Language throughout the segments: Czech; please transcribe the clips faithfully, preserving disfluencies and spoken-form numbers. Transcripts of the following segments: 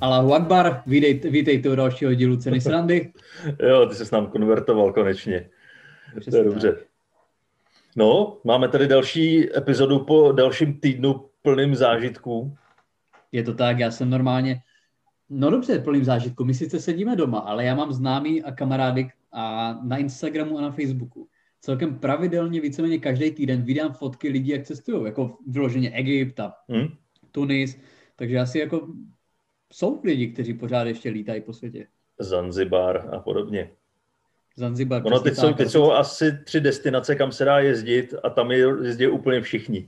Allahu Akbar, vítejte, vítejte u dalšího dílu Ceny srandy. Jo, ty jsi s nám konvertoval konečně. Přesně to je dobře. Tak. No, máme tady další epizodu po dalším týdnu plným zážitků. Je to tak, já jsem normálně, no dobře, plným zážitku. My sice sedíme doma, ale já mám známý a kamarády a na Instagramu a na Facebooku. Celkem pravidelně, víceméně každý týden vydám fotky lidí, jak cestují, jako vyloženě Egypt a Hmm? Tunis, takže asi jako jsou lidi, kteří pořád ještě lítají po světě. Zanzibar a podobně. Zanzibar, Ono teď jsou, tak, teď jsou asi tři destinace, kam se dá jezdit a tam jezdí úplně všichni.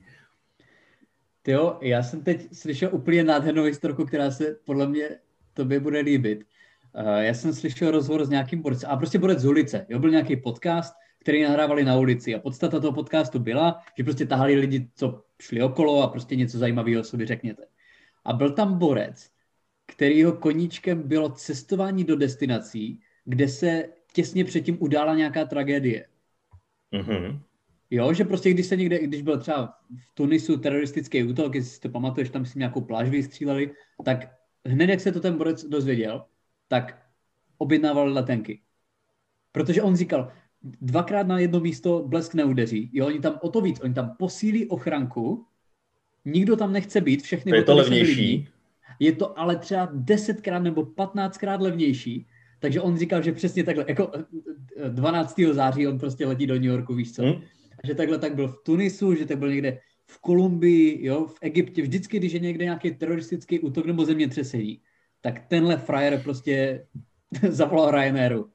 Tyjo, já jsem teď slyšel úplně nádhernou historku, která se podle mě tobě bude líbit. Uh, já jsem slyšel rozhovor s nějakým borcem, a prostě borec z ulice. Jo, byl nějaký podcast, který nahrávali na ulici a podstata toho podcastu byla, že prostě tahali lidi, co šli okolo a prostě něco zajímavého sobě řekněte. A byl tam borec, kterýho koníčkem bylo cestování do destinací, kde se těsně předtím udála nějaká tragédie. Mm-hmm. Jo, že prostě když se někde, když byl třeba v Tunisu teroristický útok, jestli si to pamatuješ, tam si nějakou pláž vystříleli, tak hned, jak se to ten borec dozvěděl, tak objednával letenky. Protože on říkal, dvakrát na jedno místo blesk neudeří, jo, oni tam o to víc, oni tam posílí ochranku, nikdo tam nechce být, všechny je to hotely levnější. Je to ale třeba desetkrát nebo patnáctkrát levnější, takže on říkal, že přesně takhle, jako dvanáctého září on prostě letí do New Yorku, víš co? Hmm? Že takhle tak byl v Tunisu, že tak byl někde v Kolumbii, jo, v Egyptě. Vždycky, když je někde nějaký teroristický útok nebo zemětřesení, tak tenhle frajer prostě zavolal Ryanairu.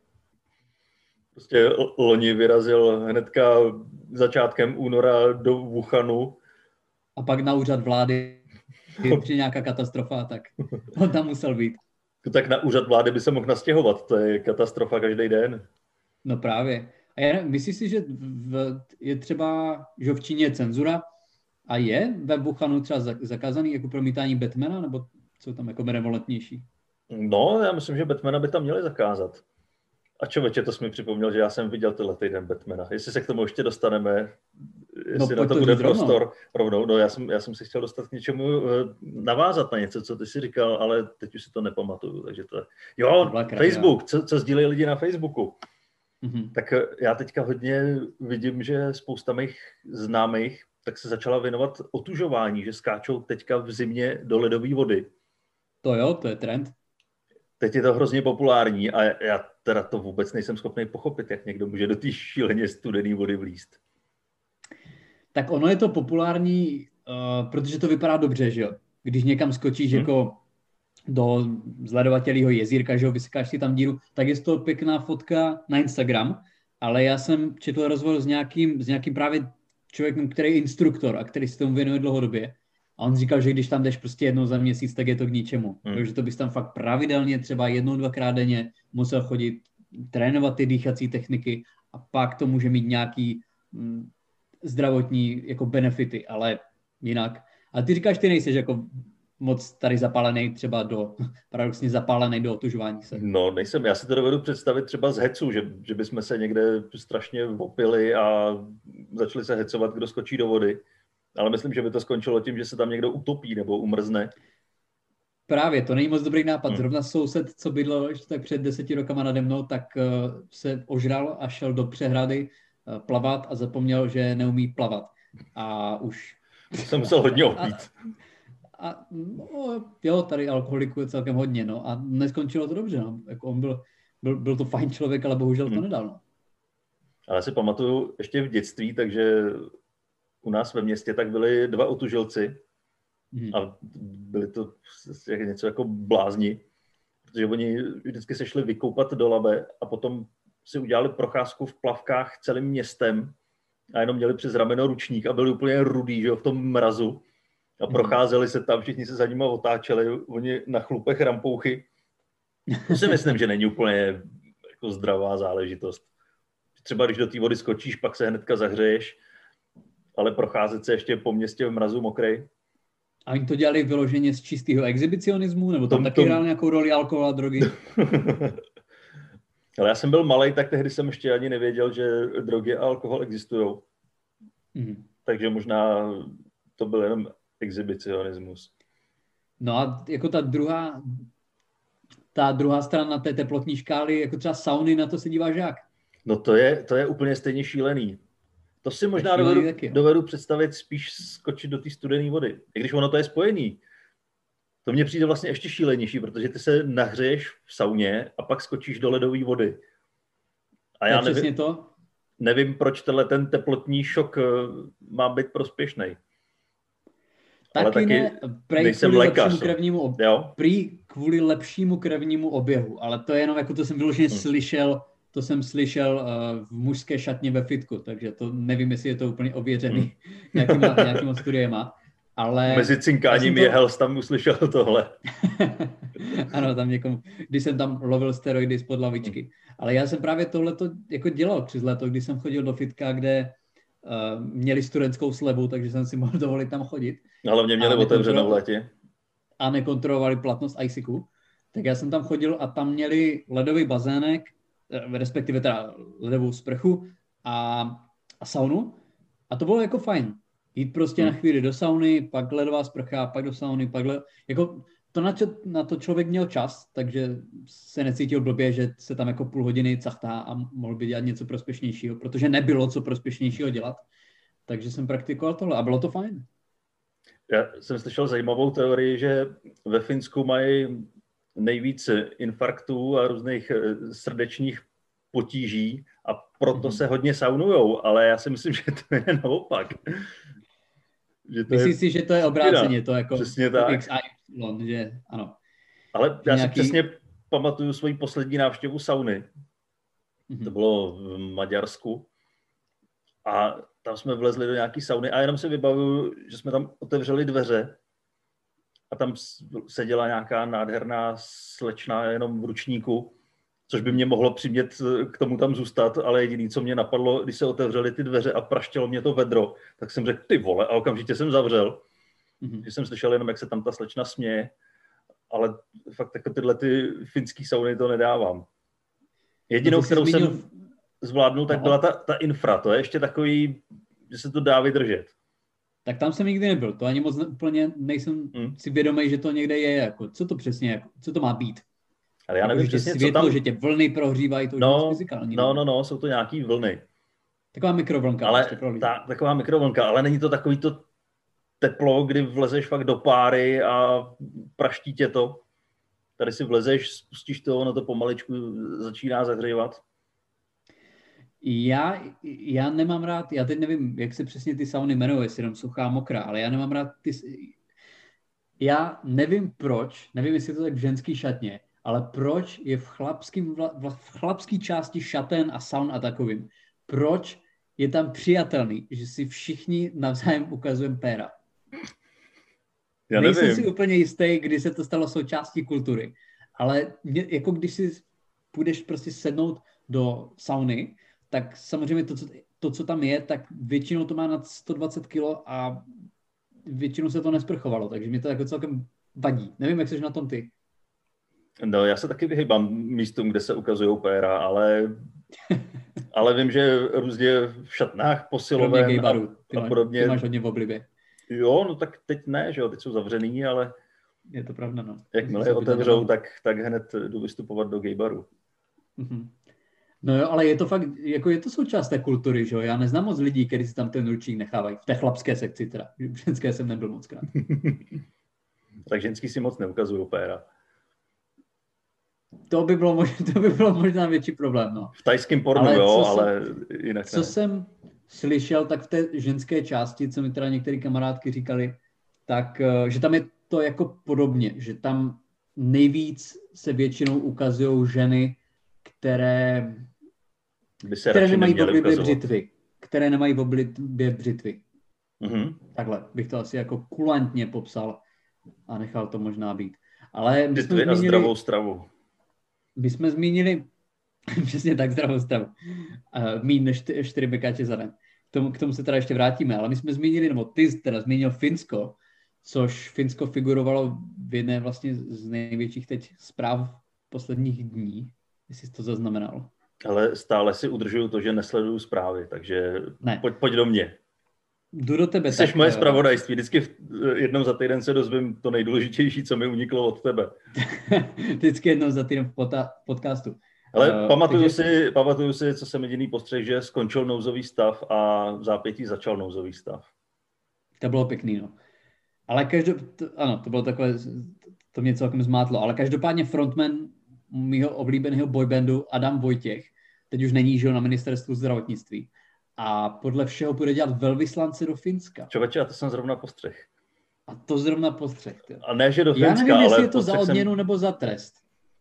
Prostě loni vyrazil hnedka začátkem února do Wuhanu. A pak na úřad vlády, když je nějaká katastrofa, tak on tam musel být. Tak na úřad vlády by se mohl nastěhovat, to je katastrofa každý den. No právě. A já myslíš si, že v, je třeba, že v Číně je cenzura a je ve Wuhanu třeba zakázaný jako promítání Batmana, nebo co tam jako benevolentnější? No, já myslím, že Batmana by tam měli zakázat. A člověče, to jsi mi připomněl, že já jsem viděl tenhle týden Batmana. Jestli se k tomu ještě dostaneme, jestli no, na to bude prostor rovnou. No, já jsem, já jsem si chtěl dostat k něčemu, navázat na něco, co ty jsi říkal, ale teď už si to nepamatuju. Takže to... Jo, to Facebook, co, co sdílejí lidi na Facebooku. Mm-hmm. Tak já teďka hodně vidím, že spousta mých známých tak se začala věnovat otužování, že skáčou teďka v zimě do ledové vody. To jo, to je trend. Teď je to hrozně populární a já teda to vůbec nejsem schopný pochopit, jak někdo může do té šíleně studené vody vlízt. Tak ono je to populární, uh, protože to vypadá dobře, že jo? Když někam skočíš hmm. jako do zledovatelného jezírka, že jo, vysykáš si tam díru, tak je to pěkná fotka na Instagram, ale já jsem četl rozhovor s nějakým, s nějakým právě člověkem, který je instruktor a který se tomu věnuje dlouhodobě. A on říkal, že když tam jdeš prostě jednou za měsíc, tak je to k ničemu. Hmm. Takže to bys tam fakt pravidelně třeba jednou, dvakrát denně musel chodit, trénovat ty dýchací techniky a pak to může mít nějaký mm, zdravotní jako benefity, ale jinak. A ty říkáš, ty nejseš jako moc tady zapálený třeba do, paradoxně zapálený do otužování se. No, nejsem. Já si to dovedu představit třeba z hecu, že, že bychom se někde strašně opili a začali se hecovat, kdo skočí do vody. Ale myslím, že by to skončilo tím, že se tam někdo utopí nebo umrzne. Právě, to není moc dobrý nápad. Hmm. Zrovna soused, co bydlel ještě tak před deseti rokama nade mnou, tak uh, se ožral a šel do přehrady uh, plavat a zapomněl, že neumí plavat. A už... Jsem musel hodně opít. A, a no, jo, tady alkoholiků je celkem hodně, no. A neskončilo to dobře, no. Jako on byl, byl, byl to fajn člověk, ale bohužel hmm. to nedal, no. Ale si pamatuju ještě v dětství, takže u nás ve městě tak byli dva otužilci hmm. a byli to něco jako blázni, protože oni vždycky se šli vykoupat do Labe a potom si udělali procházku v plavkách celým městem a jenom měli přes rameno ručník a byli úplně rudý, že jo, v tom mrazu a procházeli se tam, všichni se za nimi otáčeli, oni na chlupech rampouchy. To si myslím, že není úplně jako zdravá záležitost. Třeba když do té vody skočíš, pak se hnedka zahřeješ, ale procházet se ještě po městě v mrazu mokrej. A oni to dělali vyloženě z čistého exhibicionismu? Nebo tam tom, taky tom... hrál nějakou roli alkohol a drogy? Ale já jsem byl malej, tak tehdy jsem ještě ani nevěděl, že drogy a alkohol existují. Mm. Takže možná to byl jenom exhibicionismus. No a jako ta druhá, ta druhá strana té teplotní škály, jako třeba sauny, na to se díváš jak? No to je, to je úplně stejně šílený. To si možná dovedu, taky, dovedu představit spíš skočit do té studené vody. I když ono to je spojený. To mně přijde vlastně ještě šílenější, protože ty se nahřeješ v sauně a pak skočíš do ledové vody. A já nevím, to? nevím, proč tenhle ten teplotní šok má být prospěšný. Taky, Ale taky ne, prej kvůli lékař, lepšímu krevnímu oběhu. Prý kvůli lepšímu krevnímu oběhu, ale to je jenom, jako to jsem vyloženě hmm. slyšel, to jsem slyšel uh, v mužské šatně ve fitku, takže to nevím, jestli je to úplně ověřený hmm. nějakýma, nějakýma studiema. Ale mezi cinkáním to... jehel tam uslyšel tohle. Ano, tam někomu, když jsem tam lovil steroidy spod lavičky. Hmm. Ale já jsem právě tohleto jako dělal přes léto, když jsem chodil do fitka, kde uh, měli studentskou slevu, takže jsem si mohl dovolit tam chodit. Ale mě měli otevřeno v létě. A nekontrolovali platnost ISICu. Tak já jsem tam chodil a tam měli ledový bazének, respektive teda ledovou sprchu a, a saunu. A to bylo jako fajn. Jít prostě hmm. na chvíli do sauny, pak ledová sprcha, pak do sauny, pak led... jako to na, čo, na to člověk měl čas, takže se necítil blbě, že se tam jako půl hodiny cachtá a mohl by dělat něco prospěšnějšího, protože nebylo co prospěšnějšího dělat. Takže jsem praktikoval tohle a bylo to fajn. Já jsem slyšel zajímavou teorii, že ve Finsku mají nejvíc infarktů a různých srdečních potíží a proto mm-hmm. se hodně saunujou, ale já si myslím, že to je naopak. Že to Myslíš je... si, že to je obráceně, to jako přesně tak. X a Y, že ano. Ale já nějaký... si přesně pamatuju svoji poslední návštěvu sauny. Mm-hmm. To bylo v Maďarsku. A tam jsme vlezli do nějaký sauny a jenom si vybavuju, že jsme tam otevřeli dveře a tam seděla nějaká nádherná slečna jenom v ručníku, což by mě mohlo přimět k tomu tam zůstat, ale jediné, co mě napadlo, když se otevřely ty dveře a praštělo mě to vedro, tak jsem řekl, ty vole, a okamžitě jsem zavřel. Mm-hmm. Že jsem slyšel jenom, jak se tam ta slečna směje, ale fakt jako tyhle ty finský sauny to nedávám. Jedinou, no kterou zmínil... jsem zvládnul, tak byla ta, ta infra, to je ještě takový, že se to dá vydržet. Tak tam jsem nikdy nebyl, to ani moc ne, úplně nejsem hmm. si vědomý, že to někde je, jako, co to přesně, jako, co to má být. Ale já nevím jako, přesně, světlo, co tam... že tě vlny prohřívají, to už no, je fyzikální. No, no, no, jsou to nějaký vlny. Taková mikrovlnka. Ale ta, taková mikrovlnka, ale není to takový to teplo, kdy vlezeš fakt do páry a praští tě to. Tady si vlezeš, spustíš to, ono to pomaličku začíná zahřívat. Já, já nemám rád, já teď nevím, jak se přesně ty sauny jmenují, jestli jenom suchá, mokrá, ale já nemám rád ty... Já nevím proč, nevím, jestli je to tak v ženský šatně, ale proč je v, chlapským, v chlapský části šaten a saun a takovým, proč je tam přijatelný, že si všichni navzájem ukazujeme péra. Já Nejsem nevím. si úplně jistý, kdy se to stalo součástí kultury, ale mě, jako když si půjdeš prostě sednout do sauny, tak samozřejmě to co, to, co tam je, tak většinou to má nad sto dvacet kilo a většinou se to nesprchovalo, takže mě to jako celkem vadí. Nevím, jak jsi na tom ty. No, já se taky vyhýbám místům, kde se ukazují péra, ale, ale vím, že různě v šatnách posiloven a, ty a podobně. Ty máš hodně v oblibě. Jo, no tak teď ne, že jo, teď jsou zavřený, ale je to pravda, no. Jakmile je otevřou, tak, tak hned jdu vystupovat do gaybaru. Mm-hmm. No jo, ale je to fakt, jako je to součást té kultury, že jo? Já neznám moc lidí, kteří si tam ten ručník nechávají. V té chlapské sekci teda. V ženské jsem nebyl moc krát. Tak ženský si moc neukazují péra. To by bylo možná, to by bylo možná větší problém, no. V tajském pornu, ale jo, ale jinak co ne. jsem slyšel, tak v té ženské části, co mi teda některé kamarádky říkali, tak, že tam je to jako podobně, že tam nejvíc se většinou ukazují ženy, které, by se které nemají v oblibě břitvy. Které nemají v oblibě břitvy. Mm-hmm. Takhle bych to asi jako kulantně popsal a nechal to možná být. Ale my jsme zmínili, a zdravou stravu. My jsme zmínili přesně tak zdravou stravu. Uh, míň než čtyři bekáče za den. K tomu, k tomu se teda ještě vrátíme, ale my jsme zmínili, nebo ty teda zmínil Finsko, což Finsko figurovalo v jedné vlastně z největších teď zpráv posledních dní, jestli jsi to zaznamenal. Ale stále si udržuju to, že nesleduju zprávy, takže ne. pojď, pojď do mě. Jdu do tebe. Jsi moje zpravodajství. Vždycky jednou za týden se dozvím to nejdůležitější, co mi uniklo od tebe. Vždycky jednou za týden v pota- podcastu. Ale uh, pamatuju, takže... si, pamatuju si, co jsem jediný postřeh, že skončil nouzový stav a v zápětí začal nouzový stav. To bylo pěkný, no. Ale každop... ano, to bylo takové, to mě celkem zmátlo, ale každopádně frontman mýho oblíbeného boybandu Adam Vojtěch teď už není, žil na ministerstvu zdravotnictví. A podle všeho bude dělat velvyslance do Finska. Čověče, a to jsem zrovna postřeh. A to zrovna postřeh. Tyjo. A ne, že do Finska, Finska, ale... Já nevím, ale jestli je to za odměnu jsem... nebo za trest.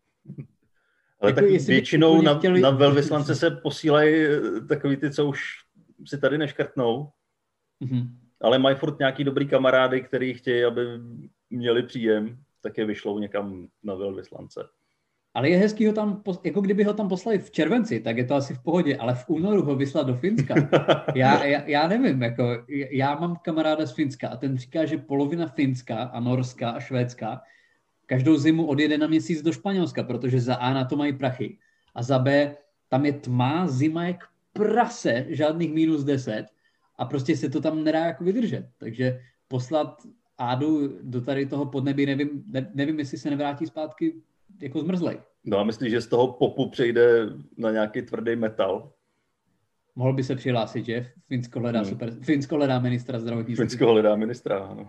Ale jako tak většinou na, chtěli... na velvyslance se posílají takový ty, co už si tady neškrtnou, mm-hmm. ale mají furt nějaký dobrý kamarády, který chtějí, aby měli příjem, tak je vyšlou někam na velvyslance. Ale je hezký ho tam, jako kdyby ho tam poslali v červenci, tak je to asi v pohodě, ale v únoru ho vyslat do Finska. Já, já, já nevím, jako, já mám kamaráda z Finska a ten říká, že polovina Finska a Norska a Švédska každou zimu odjede na měsíc do Španělska, protože za A na to mají prachy a za B tam je tma, zima jak prase, žádných minus deset a prostě se to tam nedá jako vydržet. Takže poslat Ádu do tady toho podnebí, nevím, ne, nevím, jestli se nevrátí zpátky jako zmrzlej. No a myslíš, že z toho popu přejde na nějaký tvrdý metal? Mohl by se přihlásit, že? Finsko hledá, hmm. super, Finsko hledá ministra zdravotnictví. Finsko hledá ministra, ano.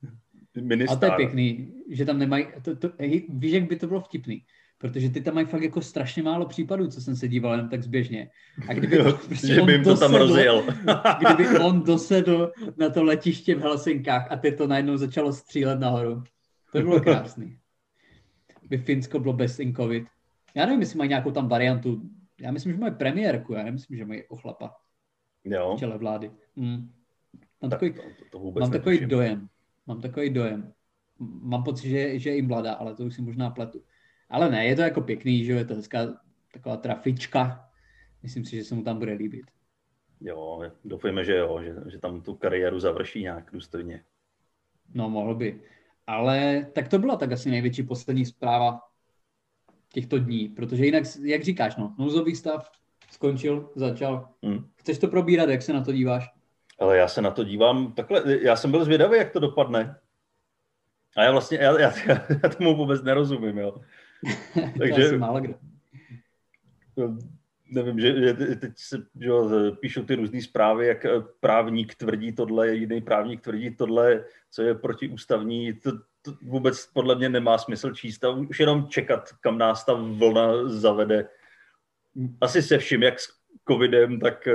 A to je pěkný, že tam nemají, to, to, hej, víš, jak by to bylo vtipný, protože ty tam mají fakt jako strašně málo případů, co jsem se díval jenom tak zběžně. A kdyby, jo, prostě že by jim to tam rozjel. Kdyby on dosedl na to letiště v Helsinkách a teď to najednou začalo střílet nahoru. To by bylo krásný. By Finsko bylo bez in covid. Já nevím, jestli mají nějakou tam variantu. Já myslím, že mají premiérku, já nemyslím, že mají ochlapa. Jo. V čele vlády. Mm. Mám tak takový, to, to vůbec mám takový netuším. dojem. Mám takový dojem. Mám pocit, že, že je i mladá, ale to už si možná pletu. Ale ne, je to jako pěkný, že je to hezká taková trafička. Myslím si, že se mu tam bude líbit. Jo, doufejme, že jo, že, že tam tu kariéru završí nějak důstojně. No, mohl by. Ale tak to byla tak asi největší poslední zpráva těchto dní, protože jinak, jak říkáš, no, nouzový stav skončil, začal. Hmm. Chceš to probírat, jak se na to díváš? Ale já se na to dívám takhle, já jsem byl zvědavý, jak to dopadne. A já vlastně, já, já, já tomu vůbec nerozumím, jo. Takže to asi málo kdo. Nevím, že, že teď se že, píšou ty různé zprávy, jak právník tvrdí tohle, jiný právník tvrdí tohle, co je protiústavní. To, to vůbec podle mě nemá smysl číst a už jenom čekat, kam nás ta vlna zavede. Asi se vším, jak s covidem, tak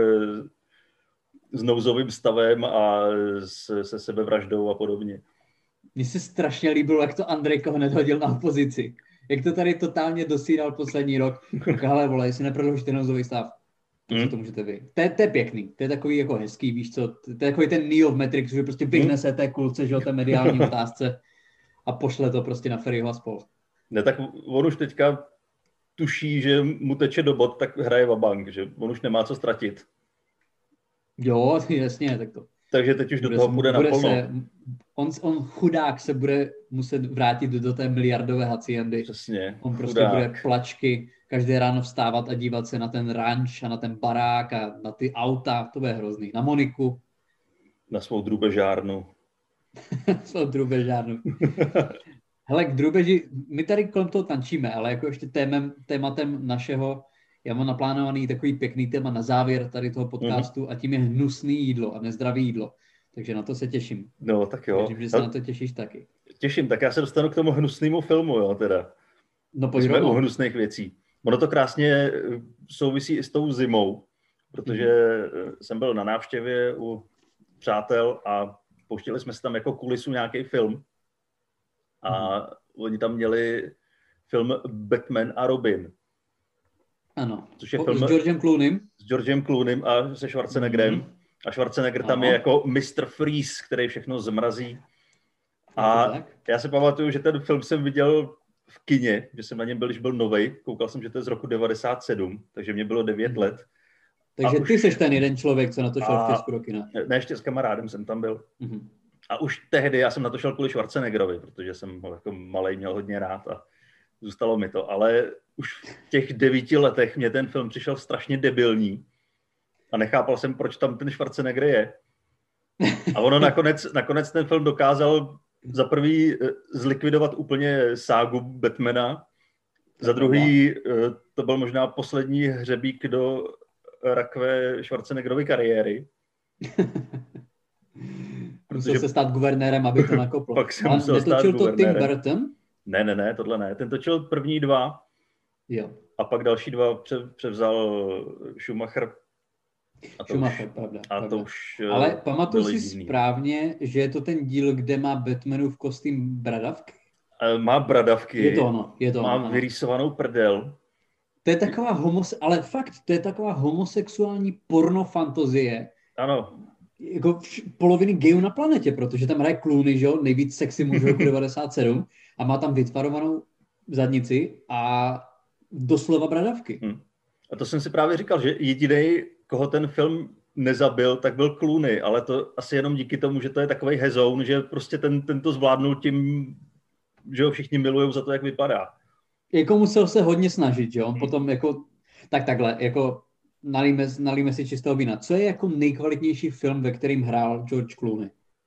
s nouzovým stavem a se, se sebevraždou a podobně. Mně se strašně líbilo, jak to Andrejko hned hodil na opozici. Jak to tady totálně dosíral poslední rok. Ale vole, jestli neprodloužíte nouzový stav, to hmm. to můžete vy. To je, to je pěkný, to je takový jako hezký, víš co, to je takový ten Neo v Matrixu, že prostě vyhnese té kulce, že o té mediální otázce a pošle to prostě na Ferryho a spol. Ne, tak on už teďka tuší, že mu teče do bod, tak hraje vabank, že on už nemá co ztratit. Jo, jasně, tak to. Takže teď už do toho půjde naplno. Se, on, on chudák se bude muset vrátit do té miliardové haciendy. Přesně, On prostě chudák. bude plačky každé ráno vstávat a dívat se na ten ranč a na ten barák a na ty auta. To bude hrozný. Na Moniku. Na svou drůbežárnu. svou drůbežárnu. Hele, k drůbeži, my tady kolem toho tančíme, ale jako ještě témem, tématem našeho, já mám naplánovaný takový pěkný téma na závěr tady toho podcastu mm-hmm. a tím je hnusný jídlo a nezdravé jídlo. Takže na to se těším. No, tak jo. Věřím, že se no, na to těšíš taky. Těším, tak já se dostanu k tomu hnusnému filmu, jo, teda. No, pojď Jsme u hnusných věcí. Ono to krásně souvisí i s tou zimou, protože mm-hmm. jsem byl na návštěvě u přátel a pouštěli jsme si tam jako kulisu nějaký film. A mm-hmm. oni tam měli film Batman a Robin. Ano. Což je o, film s Georgem Clooneym. S Georgem Clooneym a se Schwarzeneggerem. Mm-hmm. A Schwarzenegger tam ano. je jako mister Freeze, který všechno zmrazí. A já si pamatuju, že ten film jsem viděl v kině, že jsem na něm byl, když byl novej. Koukal jsem, že to je z roku devadesát sedm, takže mě bylo devět let. Takže a ty už... jsi ten jeden člověk, co na to šel a... v Česku do kina. Ne, ještě s kamarádem jsem tam byl. Mm-hmm. A už tehdy já jsem na to šel kvůli Schwarzeneggerovi, protože jsem ho jako malej měl hodně rád a zůstalo mi to. Ale už v těch devíti letech mě ten film přišel strašně debilní. A nechápal jsem, proč tam ten Schwarzenegger je. A ono nakonec, nakonec ten film dokázal za prvý zlikvidovat úplně ságu Batmana, za druhý to byl možná poslední hřebík do rakve Schwarzeneggerovy kariéry. Musel se stát guvernérem, aby to nakoplo. Pak se musel stát netočil to Tim guvernérem. Burton? Ne, ne, ne, tohle ne. Ten točil první dva. Jo. A pak další dva převzal Schumacher. A to Schumacher, už, pravda. A pravda. to už Ale pamatuju si divný. správně, že je to ten díl, kde má Batmanův kostým bradavky? Má bradavky. Je to ono. Je to má ono, vyrýsovanou prdel. To je taková homose... Ale fakt, to je taková homosexuální pornofantazie. Ano. Jako poloviny gayů na planetě, protože tam hraje Clooney, že jo, nejvíc sexy muž roku devadesát sedm a má tam vytvarovanou zadnici a doslova bradavky. Hmm. A to jsem si právě říkal, že jedinej, koho ten film nezabil, tak byl Clooney, ale to asi jenom díky tomu, že to je takovej hezoun, že prostě ten, ten to zvládnul tím, že ho všichni milujou za to, jak vypadá. Jako musel se hodně snažit, že jo, hmm. potom jako, tak takhle, jako nalíme, nalíme si čistého vína. Co je jako nejkvalitnější film, ve kterým hrál George Clooney?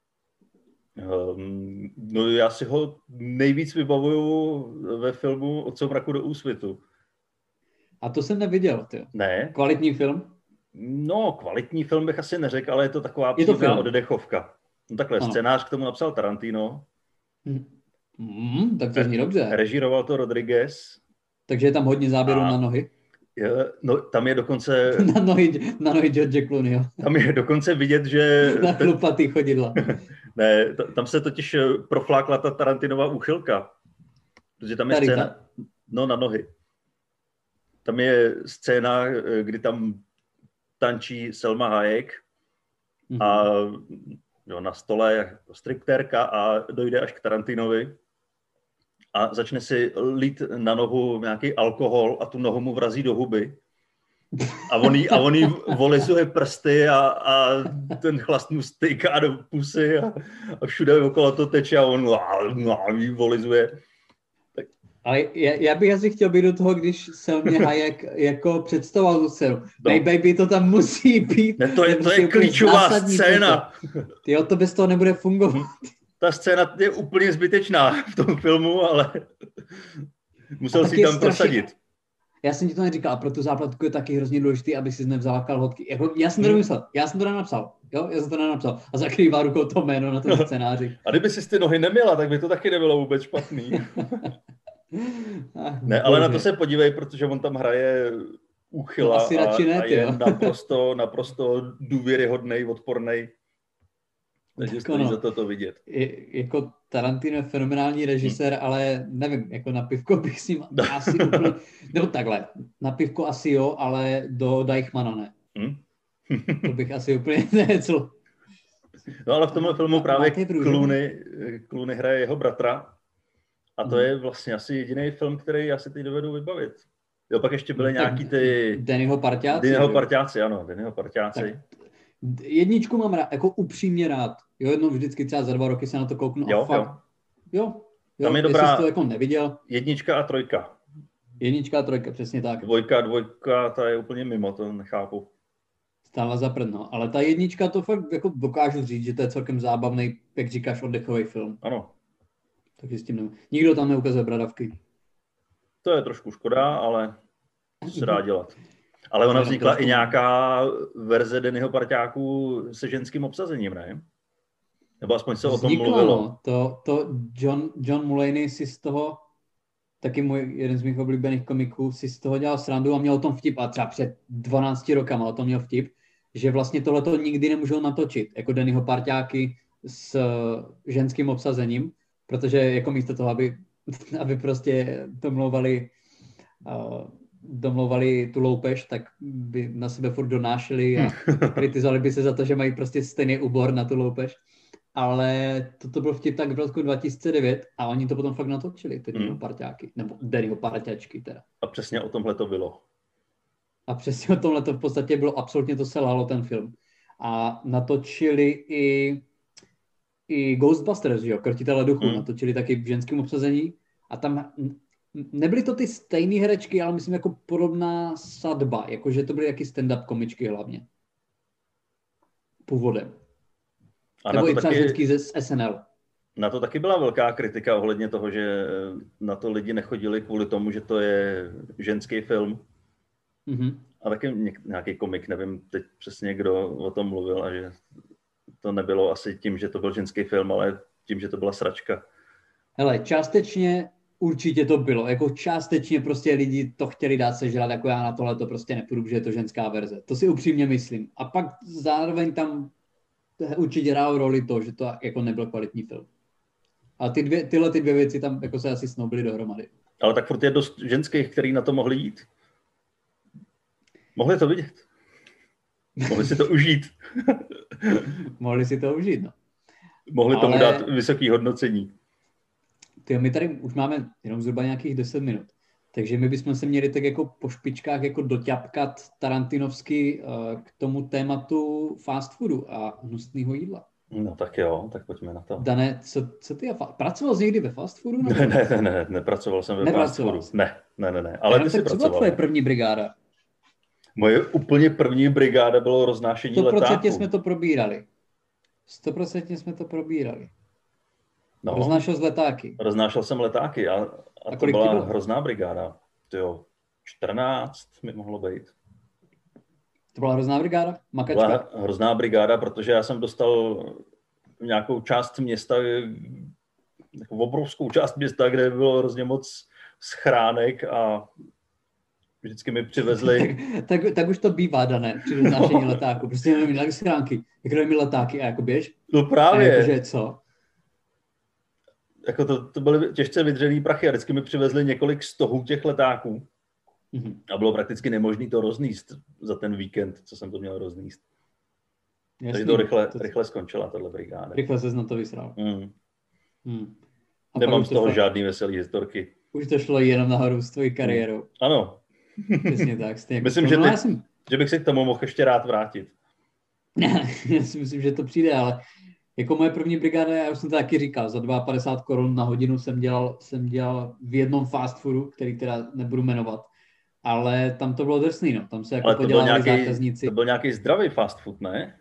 Um, no já si ho nejvíc vybavuju ve filmu Od soumraku do úsvitu. A to jsem neviděl, ty. Ne. Kvalitní film? No, kvalitní film bych asi neřekl, ale je to taková je to příjemná oddechovka. No takhle, ano. Scénář k tomu napsal Tarantino. Mm, tak to zní dobře. Režíroval to Rodriguez. Takže je tam hodně záběrů A... na nohy? Je, no, tam je dokonce... na, nohy, na nohy George Clooneyho. Tam je dokonce vidět, že... na chlupatý chodidla. Ne, t- tam se totiž proflákla ta Tarantinova úchylka. Protože tam je Tady scéna... Ta. No, na nohy. Tam je scéna, kdy tam tančí Selma Hayek mm-hmm. a jo, na stole jako striptérka a dojde až k Tarantinovi a začne si lít na nohu nějaký alkohol a tu nohu mu vrazí do huby. A on jí, a on jí volizuje prsty a, a ten chlast mu stejká do pusy a, a všude okolo to teče a on jí volizuje. Tak. Ale já, já bych asi chtěl být do toho, když Selmě Hayek jako představoval tu scénu. No. Hey baby, to tam musí být. Ne, to je, to je klíčová scéna. Jo, to bez toho nebude fungovat. Ta scéna je úplně zbytečná v tom filmu, ale musel si tam strašně... prosadit. Já jsem ti to neříkal, a pro tu záplatku je taky hrozně důležitý, aby si nevzala kalhotky. Jako, já jsem to nemyslel, já jsem to nenapsal, jo, já jsem to nenapsal. A zakrývá rukou to jméno na tom scénáři. A kdyby si ty nohy neměla, tak by to taky nebylo vůbec špatný. Ach, ne, ale bože. Na to se podívej, protože on tam hraje úchyla no, asi a, radši ne, a je naprosto, naprosto důvěryhodnej, odpornej. Takže stojí za to to vidět. Je, jako Tarantino je fenomenální režisér, hmm. ale nevím, jako na pivko bych s ním asi úplně, nebo takhle, na pivko asi jo, ale do Deichmana ne. Hmm. To bych asi úplně necel. No ale v tomhle filmu právě Clooney, Clooney hraje jeho bratra a to hmm. je vlastně asi jediný film, který já si teď dovedu vybavit. Jo, pak ještě byly tak nějaký ty... Dannyho parťáci. Dannyho parťáci, ano, Dannyho parťáci. Tak. Jedničku mám rád, jako upřímně rád. Jo, jednou vždycky třeba za dva roky se na to kouknu jo, a fakt. Jo. Jo, jo. Tam je dobrá. Jestli jsi to jako neviděl. Jednička a trojka. Jednička a trojka, přesně tak. Dvojka, dvojka, ta je úplně mimo, to nechápu. Stála za prdno. Ale ta jednička to fakt jako dokážu říct, že to je celkem zábavný, jak říkáš, oddechový film. Ano. Takže s tím nevím. Nikdo tam neukazuje bradavky. To je trošku škoda, ale co se dá dělat. Ale ona vznikla i nějaká verze Dannyho parťáků se ženským obsazením, ne? Nebo aspoň se Vzniklo, o tom mluvilo. No. To, to John, John Mulaney si z toho, taky můj, jeden z mých oblíbených komiků, si z toho dělal srandu a měl o tom vtip, a třeba před dvanácti rokama o tom měl vtip, že vlastně tohleto nikdy nemůžou natočit, jako Dannyho parťáky s ženským obsazením, protože jako místo toho, aby, aby prostě domlouvali uh, domlouvali tu loupež, tak by na sebe furt donášeli a kritizovali by se za to, že mají prostě stejný úbor na tu loupež. Ale toto byl vtip tak v roku dva tisíce devět a oni to potom fakt natočili, ty Dannyho parťáky, nebo Dannyho parťačky teda. A přesně o tomhle to bylo. A přesně o tomhle to v podstatě bylo, absolutně to selhalo ten film. A natočili i, i Ghostbusters, jo, Krtitele duchu, hmm. natočili taky v ženském obsazení a tam nebyly to ty stejné herečky, ale myslím jako podobná sadba, jakože to byly jaký stand-up komičky hlavně. Původem. A nebo i třeba taky, ženský z S N L. Na to taky byla velká kritika ohledně toho, že na to lidi nechodili kvůli tomu, že to je ženský film. Mm-hmm. A taky nějaký komik, nevím teď přesně, kdo o tom mluvil, a že to nebylo asi tím, že to byl ženský film, ale tím, že to byla sračka. Hele, částečně určitě to bylo. Jako částečně prostě lidi to chtěli dát sežrat, jako já na tohle to prostě nepůjdu, že je to ženská verze. To si upřímně myslím. A pak zároveň tam určitě hrálo roli to, že to jako nebyl kvalitní film. A ty dvě, tyhle ty dvě věci tam jako se asi snoubily dohromady. Ale tak furt je dost ženských, který na to mohli jít. Mohli to vidět. Mohli si to užít. Mohli si to užít, no. Mohli tomu Ale... dát vysoké hodnocení. Tyjo, my tady už máme jenom zhruba nějakých deset minut. Takže my bychom se měli tak jako po špičkách jako doťapkat tarantinovsky uh, k tomu tématu fast foodu a hnusného jídla. No tak jo, tak pojďme na to. Dane, co, co ty, fa- pracoval jsi někdy ve fast foodu? Ne, ne, ne, ne, nepracoval jsem ve fast foodu. Ne, ne, ne, ne, ale ty jsi pracoval. Co byla tvoje první brigáda? Moje úplně první brigáda bylo roznášení letáků. sto procent jsme to probírali. sto procent jsme to probírali. No, roznášel z letáky. Roznášel jsem letáky a, a, a to byla hrozná brigáda. Tyjo, čtrnáct mi mohlo být. To byla hrozná brigáda? Makačka? Byla hrozná brigáda, protože já jsem dostal nějakou část města, jako obrovskou část města, kde bylo hrozně moc schránek a vždycky mi přivezli... tak, tak, tak už to bývá, Dané, při roznášení no. letáku. Prostě jenom mi schránky, jako mi letáky a jako běž. No právě. A jakože co? Jako to, to byly těžce vydřený prachy a vždycky mi přivezli několik stohů těch letáků. Mm-hmm. A bylo prakticky nemožné to rozníst za ten víkend, co jsem to měl rozníst. Jasný, takže to rychle, to... rychle skončila tahle brigáda. Rychle ses na to vysral. Mm. Mm. Nemám z toho šlo... žádný veselý historky. Už to šlo jenom nahoru s tvojí kariérou. Mm. Ano. Přesně tak. Stejně myslím, že, ty, jsem... že bych se k tomu mohl ještě rád vrátit. Já si myslím, že to přijde, ale jako moje první brigáda, já už jsem to taky říkal, za padesát dva korun na hodinu jsem dělal, jsem dělal v jednom fast foodu, který teda nebudu jmenovat, ale tam to bylo drsný, no. Tam se jako podělávali zákazníci. To byl nějaký zdravý fast food, ne?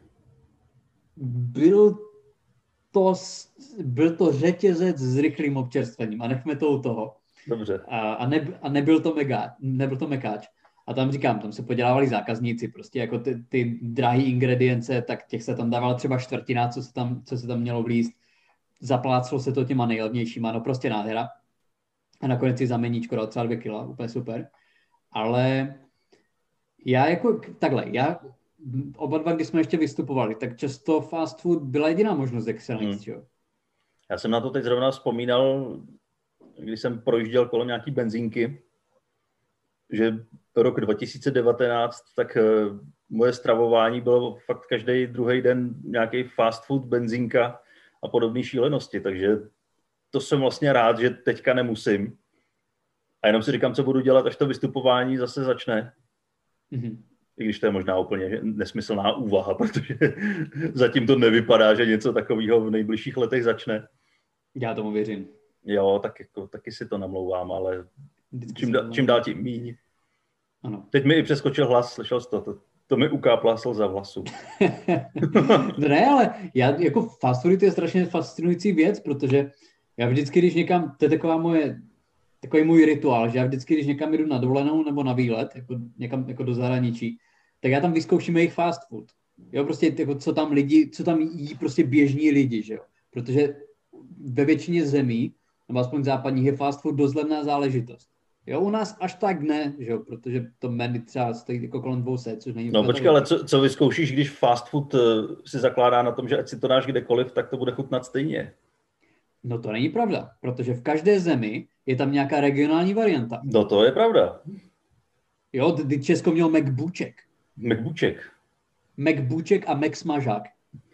Byl to, byl to řetězec s rychlým občerstvením a nechme to u toho. Dobře. A, a, ne, a nebyl to mega, nebyl to mekáč. A tam říkám, tam se podělávali zákazníci, prostě jako ty, ty drahé ingredience, tak těch se tam dávala třeba čtvrtina, co se tam, co se tam mělo vlízt. Zapláclo se to těma nejlevnějšíma, no prostě nádhera. A nakonec si za meníčko dal třeba dvě kila, úplně super. Ale já jako, takhle, já oba dva, když jsme ještě vystupovali, tak často fast food byla jediná možnost, jak se najíst, hmm. jo. Já jsem na to teď zrovna vzpomínal, když jsem projížděl kolem nějaký benzínky, že rok dva tisíce devatenáct, tak uh, moje stravování bylo fakt každý druhý den nějaký fast food, benzínka a podobné šílenosti, takže to jsem vlastně rád, že teďka nemusím. A jenom si říkám, co budu dělat, až to vystupování zase začne. Mm-hmm. I když to je možná úplně nesmyslná úvaha, protože zatím to nevypadá, že něco takového v nejbližších letech začne. Já tomu věřím. Jo, tak jako, taky si to namlouvám, ale čím, da, čím dál tím míň. Ano. Teď mi i přeskočil hlas, slyšel jsi to? To, to mi ukápla slza v hlasu. No ne, ale já, jako fast food to je strašně fascinující věc, protože já vždycky, když někam, to je taková moje, takový můj rituál, že já vždycky, když někam jdu na dovolenou nebo na výlet, jako někam jako do zahraničí, tak já tam vyzkouším jejich fast food. Jo, prostě jako co tam lidi, co tam jí prostě běžní lidi, že jo. Protože ve většině zemí, nebo aspoň západních, je fast food dost levná záležitost. Jo, u nás až tak ne, že jo, protože to menu třeba stojí jako kolem dvě stě, což není... No počkej, ale co, co vyzkoušíš, když fast food si zakládá na tom, že ať si to dáš kdekoliv, tak to bude chutnat stejně? No to není pravda, protože v každé zemi je tam nějaká regionální varianta. No to je pravda. Jo, kdy Česko mělo McBůček. McBůček. McBůček a McSmažák.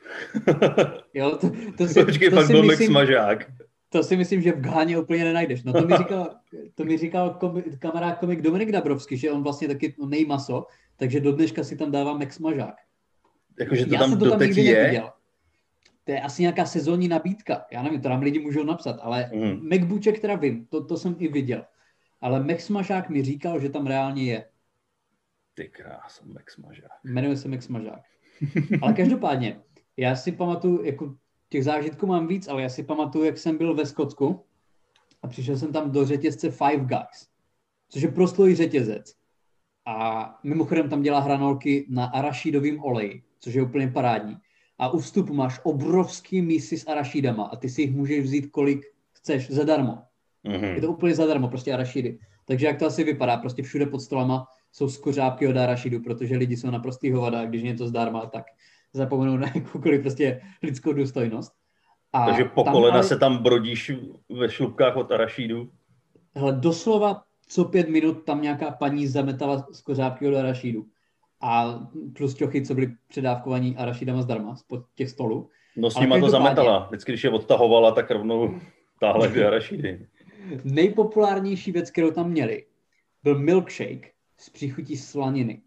Jo, to, to si, počkej, to fakt si byl myslím, McSmažák. To si myslím, že v Gháně úplně nenajdeš. No to mi říkal, to mi říkal komi, kamarád komik Dominik Dabrovský, že on vlastně taky nejí maso, takže do dneška si tam dává McSmažák. Jakože to Já tam doteď je? Neviděl. To je asi nějaká sezónní nabídka. Já nevím, to nám lidi můžou napsat, ale mm. McBůček teda vím, to, to jsem i viděl. Ale McSmažák mi říkal, že tam reálně je. Ty krása, McSmažák. Jmenuje se McSmažák. Ale každopádně, já si pamatuju, jako těch zážitků mám víc, ale já si pamatuju, jak jsem byl ve Skotsku a přišel jsem tam do řetězce Five Guys, což je proslulý řetězec. A mimochodem tam dělá hranolky na arašídovém oleji, což je úplně parádní. A u vstupu máš obrovský mísy s arašídama a ty si jich můžeš vzít, kolik chceš, zadarmo. Mm-hmm. Je to úplně zadarmo, prostě arašídy. Takže jak to asi vypadá, prostě všude pod stolama jsou skořápky od arašídu, protože lidi jsou naprostý hovada, když něco zdarma, tak zapomenou na jakoukoliv prostě lidskou důstojnost. A takže po kolena ale... se tam brodíš ve šlupkách od arašídu? Hele, doslova co pět minut tam nějaká paní zametala skořápky od arašídu. A plus ťochy, co byly předávkovaní arašídama zdarma spod těch stolů. No s nima to zametala. Vždycky, když je odtahovala, tak rovnou táhle dvě arašídy. Nejpopulárnější věc, kterou tam měli, byl milkshake s příchutí slaniny.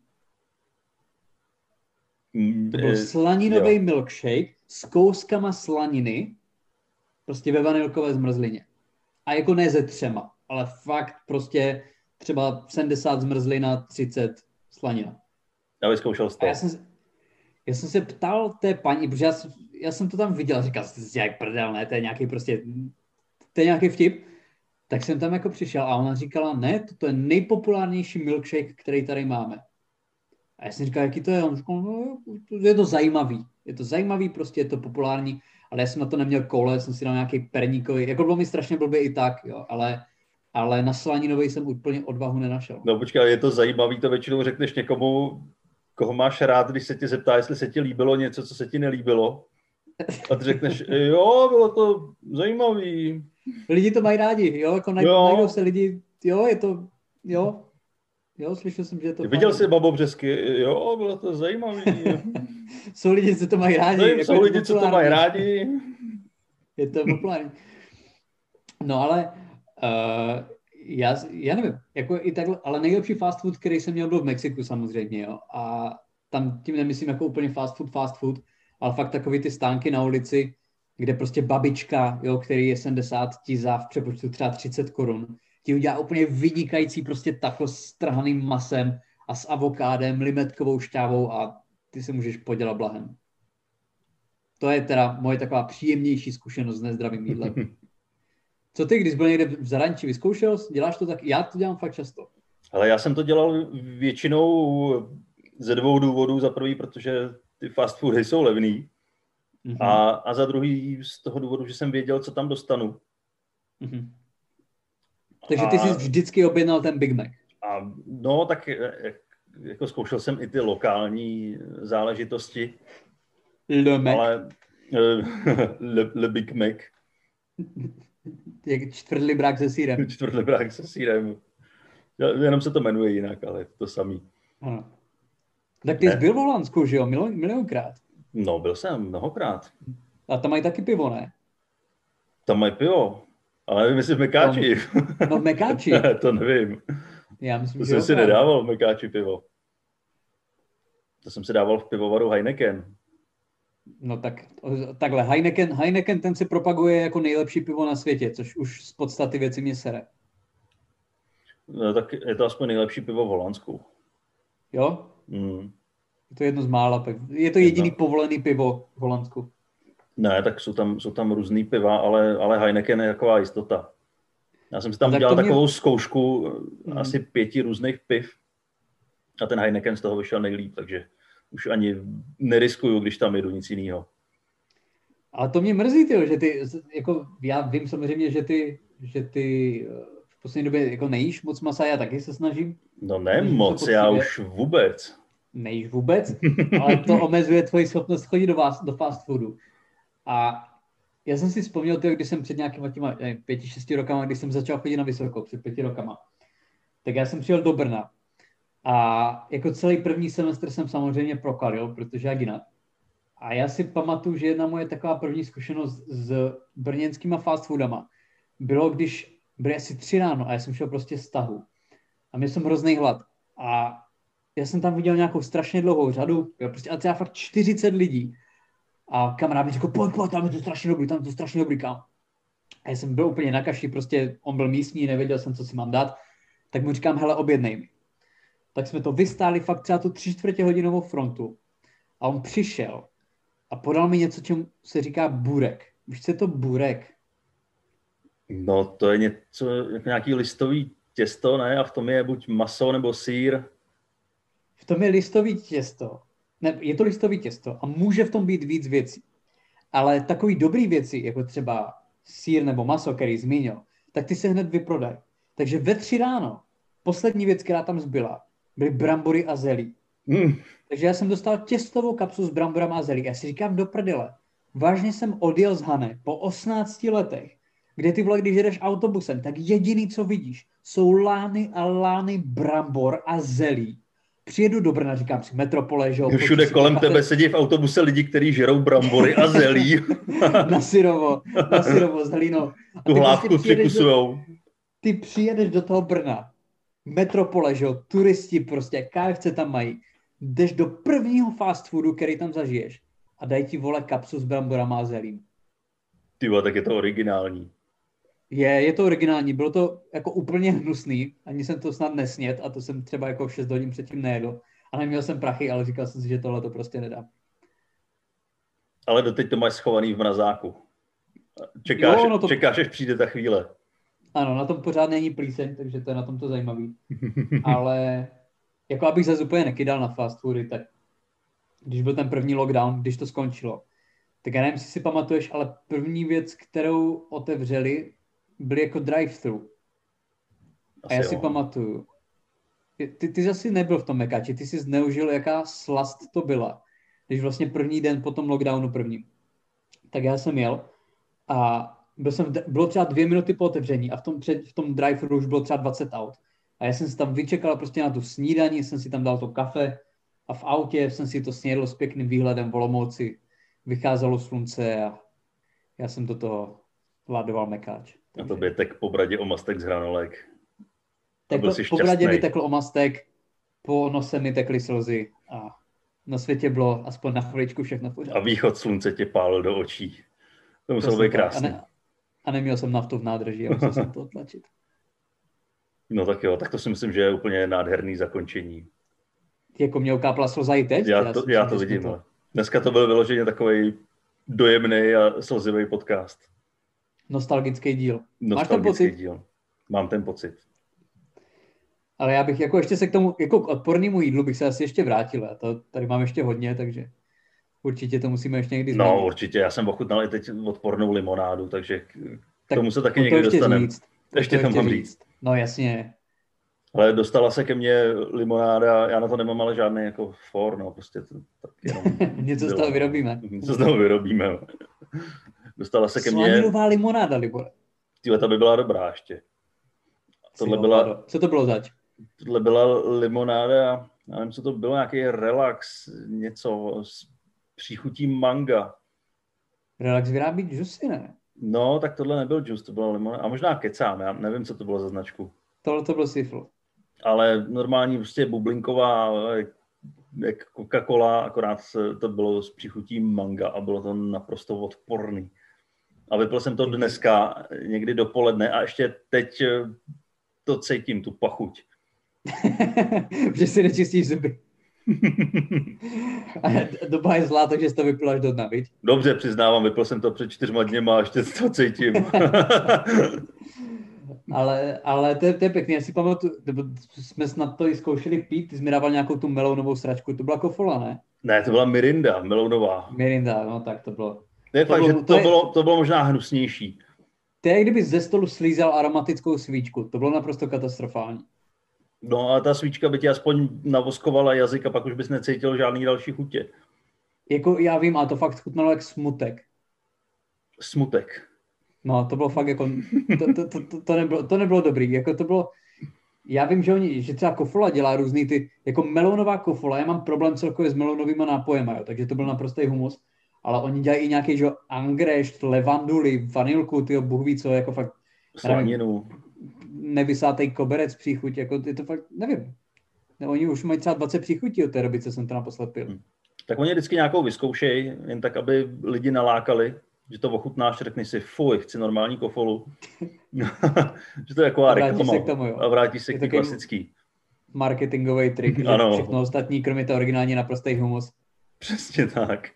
To byl slaninový milkshake s kouskama slaniny, prostě ve vanilkové zmrzlině. A jako ne ze třema, ale fakt prostě třeba sedmdesát zmrzlina, třicet slanina. Já vyzkoušel z toho. Já jsem, já jsem se ptal té paní, protože já, já jsem to tam viděl, říkal jsem si, jak prdel, ne, to je nějaký prostě, to je nějaký vtip. Tak jsem tam jako přišel a ona říkala, ne, to je nejpopulárnější milkshake, který tady máme. A já jsem říkal, jaký to je? On říkal, no, je to zajímavý. Je to zajímavý, prostě je to populární, ale já jsem na to neměl koule, jsem si dal nějaký perníkový, jako bylo mi strašně blbě i tak, jo, ale, ale na slaninovej jsem úplně odvahu nenašel. No počkej, je to zajímavý, to většinou řekneš někomu, koho máš rád, když se tě zeptá, jestli se ti líbilo něco, co se ti nelíbilo. A ty řekneš, jo, bylo to zajímavý. Lidi to mají rádi, jo, jako naj, jo. Najdou se lidi, jo, je to, jo, jo, slyšel jsem, že je to... Viděl jsi Babobřesky, jo, bylo to zajímavý. Jsou lidi, co to mají rádi. Jsou, jako jsou lidi, co to mají rádi. Je to populární. No ale, uh, já, já nevím, jako i takhle, ale nejlepší fast food, který jsem měl, byl v Mexiku samozřejmě, jo, a tam tím nemyslím jako úplně fast food, fast food, ale fakt takový ty stánky na ulici, kde prostě babička, jo, který je sedmdesát, ti za v přepočtu třeba třicet korun, ti udělá úplně vynikající prostě taco s trhaným masem a s avokádem, limetkovou šťávou a ty se můžeš podělat blahem. To je teda moje taková příjemnější zkušenost s nezdravým jídlem. Co ty, když byl někde v zahraničí, vyzkoušel, děláš to tak? Já to dělám fakt často. Ale já jsem to dělal většinou ze dvou důvodů. Za prvý, protože ty fast foody jsou levný. Mm-hmm. A, a za druhý z toho důvodu, že jsem věděl, co tam dostanu. Mm-hmm. Takže ty a, jsi vždycky objednal ten Big Mac. A, no, tak jako zkoušel jsem i ty lokální záležitosti. Le Mac. Ale le, le Big Mac. Jak čtvrtlibrák se sýrem. Čtvrtlibrák se sýrem. Jenom se to jmenuje jinak, ale to samý. Ano. Tak ty jsi byl v Holandsku, že jo? Milion, milionkrát. No, byl jsem mnohokrát. A tam mají taky pivo, ne? Tam mají pivo, ale nevím, jestli v Mekáči. No, no v Mekáči. Ne, to nevím. Já myslím, to že jsem si nedával v Mekáči pivo. To jsem si dával v pivovaru Heineken. No tak, takhle, Heineken, Heineken ten se propaguje jako nejlepší pivo na světě, což už z podstaty věci mě sere. No, tak je to aspoň nejlepší pivo v Holandsku. Jo? Mm. Je to jedno z mála. Je to jediný jedno. Povolený pivo v Holandsku. Ne, tak jsou tam, jsou tam různý piva, ale, ale Heineken je taková jistota. Já jsem si tam udělal mě... takovou zkoušku mm. asi pěti různých piv a ten Heineken z toho vyšel nejlíp, takže už ani neriskuju, když tam jedu nic jiného. Ale to mě mrzí, tyjo, že ty, jako já vím samozřejmě, že ty, že ty v poslední době jako nejíš moc masa, já taky se snažím. No ne moc, já už vůbec. Nejíš vůbec, ale to omezuje tvoji schopnost chodit do, vás, do fast foodu. A já jsem si vzpomněl, tyjo, když jsem před nějakýma těma pěti, šesti rokama, když jsem začal chodit na vysoko, před pěti rokama, tak já jsem přijel do Brna. A jako celý první semestr jsem samozřejmě prokalil, protože jak jinak. A já si pamatuju, že jedna moje taková první zkušenost s brněnskýma fast foodama bylo, když byly asi tři ráno a já jsem šel prostě z tahu. A měl jsem hrozný hlad. A já jsem tam viděl nějakou strašně dlouhou řadu, jo, prostě a třeba fakt čtyřicet lidí. A kamarád mi řekl, pojď, pojď, tam je to strašně dobrý, tam je to strašně dobrý, kam. A já jsem byl úplně na kaši, prostě on byl místní, nevěděl jsem, co si mám dát. Tak mu říkám, hele, objednej mi. Tak jsme to vystáli fakt třeba tu tři čtvrtě hodinovou frontu. A on přišel a podal mi něco, čemu se říká burek. Víš, co je to burek? No, to je něco, jako nějaký listový těsto, ne? A v tom je buď maso nebo sýr. V tom je listový těsto. Ne, je to listový těsto a může v tom být víc věcí. Ale takový dobrý věci, jako třeba sýr nebo maso, který zmínil, tak ty se hned vyprodají. Takže ve tři ráno, poslední věc, která tam zbyla, byly brambory a zelí. Mm. Takže já jsem dostal těstovou kapsu s bramborama a zelí. Já si říkám do prdele. Vážně jsem odjel z Hany po osmnácti letech, kde ty vole, když jedeš autobusem, tak jediný, co vidíš, jsou lány a lány brambor a zelí. Přijedu do Brna, říkám si, metropole, že jo. Všude kolem tebe kafe. Sedí v autobuse lidi, kteří žerou brambory a zelí. na syrovo, na syrovo, s hlínou. Tu hlávku si kusujou. Ty přijedeš do toho Brna, metropole, že jo, turisti prostě, K F C tam mají. Jdeš do prvního fast foodu, který tam zažiješ a dají ti, vole, kapsu s bramborama a zelím. Ty vole, tak je to originální. Je, je to originální, bylo to jako úplně hnusný, ani jsem to snad nesnět a to jsem třeba jako šest hodin předtím nejedl a neměl jsem prachy, ale říkal jsem si, že tohle to prostě nedám. Ale doteď to máš schovaný v mrazáku. Čekáš, jo, no to... čekáš, až přijde ta chvíle. Ano, na tom pořád není plíseň, takže to je na tom to zajímavý. Ale jako abych zase úplně nekydal na fast foody, tak když byl ten první lockdown, když to skončilo, tak já nevím, jestli si pamatuješ, ale první věc, kterou otevřeli, byly jako drive-thru. A já si jo. pamatuju. Ty, ty zase nebyl v tom mekáči, ty si zneužil, jaká slast to byla. Když vlastně první den po tom lockdownu prvním. Tak já jsem jel a byl jsem, bylo třeba dvě minuty po otevření a v tom, před, v tom drive-thru už bylo třeba dvacet aut. A já jsem si tam vyčekal prostě na tu snídani, jsem si tam dal to kafe a v autě jsem si to snědl s pěkným výhledem v Olomouci. Vycházelo slunce a já jsem do toho ladoval mekáč. A to by tek po bradě omastek z hranolek. Tekl, po bradě mi tekl omastek, po nose mi tekly slzy a na světě bylo aspoň na chviličku všechno v pořádku. A východ slunce tě pálil do očí. To muselo být krásné. A, ne, a neměl jsem naftu v nádrži a musel jsem to otlačit. No tak jo, tak to si myslím, že je úplně nádherný zakončení. Jako mě ukápla slza i teď? Já to, já to vidím. To... Dneska to byl vyloženě takovej dojemný a slzivý podcast. Nostalgický díl. Nostalgický Máš ten pocit? díl. Mám ten pocit. Ale já bych jako ještě se k tomu, jako k odpornému jídlu bych se asi ještě vrátil. A to tady mám ještě hodně, takže určitě to musíme ještě někdy změnit. No určitě, já jsem ochutnal i teď odpornou limonádu, takže k tak tomu se taky někdy dostaneme. Ještě, ještě tam mám říct. No jasně. Ale dostala se ke mně limonáda, já na to nemám ale žádný jako for, no prostě to tak jenom něco z toho vyrobíme. Něco z toho vyrobíme. Dostala se ke mně... Slaninová limonáda, Libore. Tyhle, ta by byla dobrá ještě. Tohle byla... Co to bylo zač? Tohle byla limonáda, já nevím, co to bylo, nějaký relax, něco s příchutí manga. Relax vyrábí džusy, ne? No, tak tohle nebyl džus, to byla limonáda. A možná kecám, já nevím, co to bylo za značku. Tohle to byl sifl. Ale normální prostě bublinková, jak Coca-Cola, akorát to bylo s příchutí manga a bylo to naprosto odporný. A vypil jsem to dneska někdy dopoledne a ještě teď to cítím, tu pachuť. Že si nečistíš zuby. A doba je zlá, takže jsi to vypil až do dna, viď? Dobře, přiznávám, vypil jsem to před čtyřma dněma a ještě to cítím. ale, ale to, je, to je pěkný, já si pamatuju, jsme snad to i zkoušeli pít, ty jsi mi dával nějakou tu melounovou sračku, to byla kofola, ne? Ne, to byla Mirinda, melounová. Mirinda, no tak to bylo. To je to fakt, bylo, že to, to, je, bylo, to bylo možná hnusnější. To je, kdyby ze stolu slízal aromatickou svíčku, to bylo naprosto katastrofální. No a ta svíčka by ti aspoň navoskovala jazyk a pak už bys necítil žádný další chutě. Jako já vím, a to fakt chutnalo jak smutek. Smutek. No, to bylo fakt jako, to, to, to, to, to, nebylo, to nebylo dobrý, jako to bylo, já vím, že oni, že třeba Kofola dělá různý ty, jako melounová Kofola, já mám problém celkově s melounovýma nápojema, jo, takže to byl naprostý humus, ale oni dělají i nějaký, že angrešt, levanduli, vanilku, tyjo, bůh ví co, jako fakt, slaninu. Nevysátej koberec příchuť, jako je to fakt, nevím. Ne, oni už mají třeba dvacet příchutí od té doby, co jsem to naposled pil. Hmm. Tak oni vždycky nějakou vyzkoušej, jen tak, aby lidi nalákali, že to ochutnáš, řekni si, fuj, chci normální kofolu. Že to je taková reklama. A vrátí se k té klasický. Marketingový trik, že ano. Všechno ostatní, kromě toho originální, naprostý humus. Přesně tak.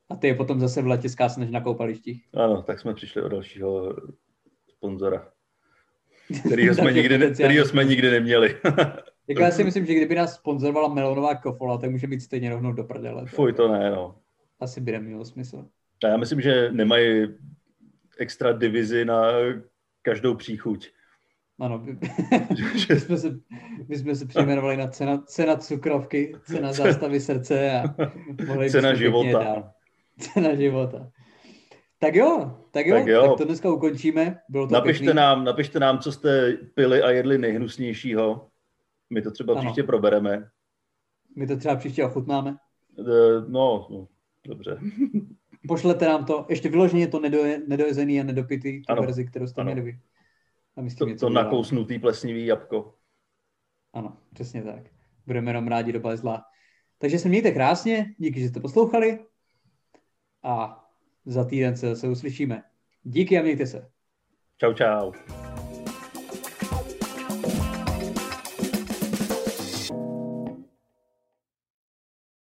A ty je potom zase v letě zkásneš na koupališti. Ano, tak jsme přišli o dalšího sponzora, kterýho jsme, nikdy, kterýho jsme nikdy neměli. Jako já si myslím, že kdyby nás sponzorovala melonová kofola, tak může mít stejně rovnou do prdele. Fuj, to ne, no. Asi by nemělo smysl. A já myslím, že nemají extra divizi na každou příchuť. Ano, by, my, jsme se, my jsme se přejmenovali na cena, cena cukrovky, cena zástavy srdce a mohli cena života. Cena života. Tak jo, tak jo, tak, jo. tak to dneska ukončíme. Bylo to napište, nám, napište nám, co jste pili a jedli nejhnusnějšího. My to třeba ano. příště probereme. My to třeba příště ochutnáme. No, no dobře. Pošlete nám to, ještě vyloženě to nedoje, nedojezený a nedopitý, tu ano. verzi, kterou jste ano. měli vy. A myslím, to to nakousnutý plesnivý jabko. Ano, přesně tak. Budeme jenom rádi do bazla. Takže se mějte krásně, díky, že jste poslouchali a za týden se zase uslyšíme. Díky a mějte se. Čau, čau.